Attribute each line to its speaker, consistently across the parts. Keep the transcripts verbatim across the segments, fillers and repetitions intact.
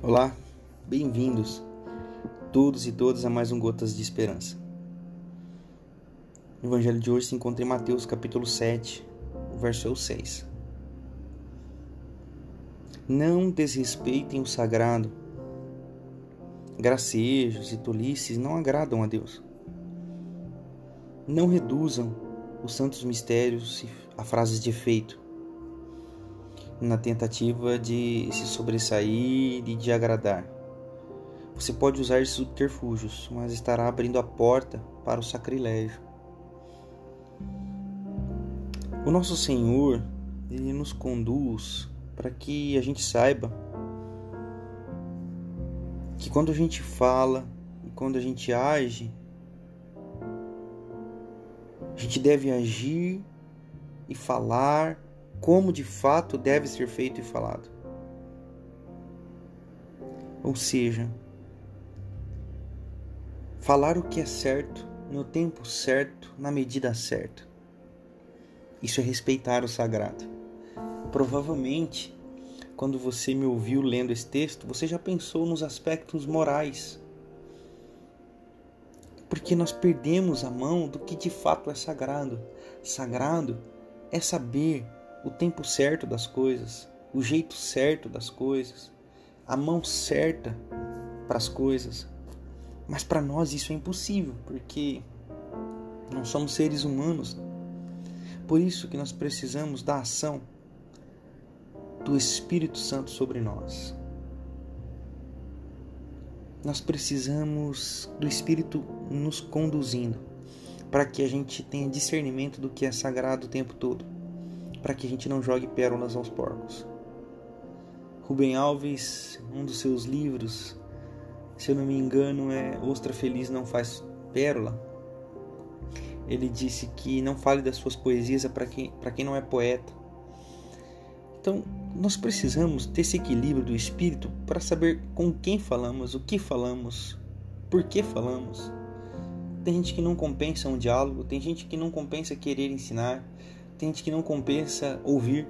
Speaker 1: Olá, bem-vindos todos e todas a mais um Gotas de Esperança. O evangelho de hoje se encontra em Mateus capítulo sete, o verso é o seis. Não desrespeitem o sagrado. Gracejos e tolices não agradam a Deus. Não reduzam os santos mistérios a frases de efeito, na tentativa de se sobressair e de agradar. Você pode usar esses subterfúgios, mas estará abrindo a porta para o sacrilégio. O nosso Senhor, Ele nos conduz para que a gente saiba que quando a gente fala e quando a gente age, a gente deve agir e falar como de fato deve ser feito e falado. Ou seja, falar o que é certo, no tempo certo, na medida certa. Isso é respeitar o sagrado. Provavelmente, quando você me ouviu lendo esse texto, você já pensou nos aspectos morais. Porque nós perdemos a mão do que de fato é sagrado. Sagrado é saber o tempo certo das coisas, o jeito certo das coisas, a mão certa para as coisas. Mas para nós isso é impossível, porque nós somos seres humanos. Por isso que nós precisamos da ação do Espírito Santo sobre nós. Nós precisamos do Espírito nos conduzindo, para que a gente tenha discernimento do que é sagrado o tempo todo, para que a gente não jogue pérolas aos porcos. Rubem Alves, um dos seus livros, se eu não me engano, é Ostra Feliz Não Faz Pérola. Ele disse que não fale das suas poesias para quem, para quem não é poeta. Então, nós precisamos ter esse equilíbrio do espírito para saber com quem falamos, o que falamos, por que falamos. Tem gente que não compensa um diálogo, tem gente que não compensa querer ensinar, tem gente que não compensa ouvir.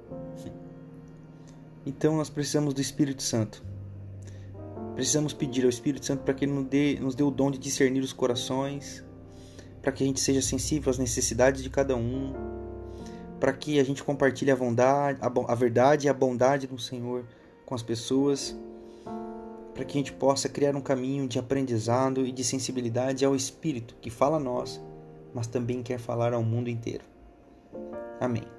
Speaker 1: Então, nós precisamos do Espírito Santo. Precisamos pedir ao Espírito Santo para que Ele nos dê, nos dê o dom de discernir os corações, para que a gente seja sensível às necessidades de cada um, para que a gente compartilhe a, bondade, a, a verdade e a bondade do Senhor com as pessoas, para que a gente possa criar um caminho de aprendizado e de sensibilidade ao Espírito que fala a nós, mas também quer falar ao mundo inteiro. Amém.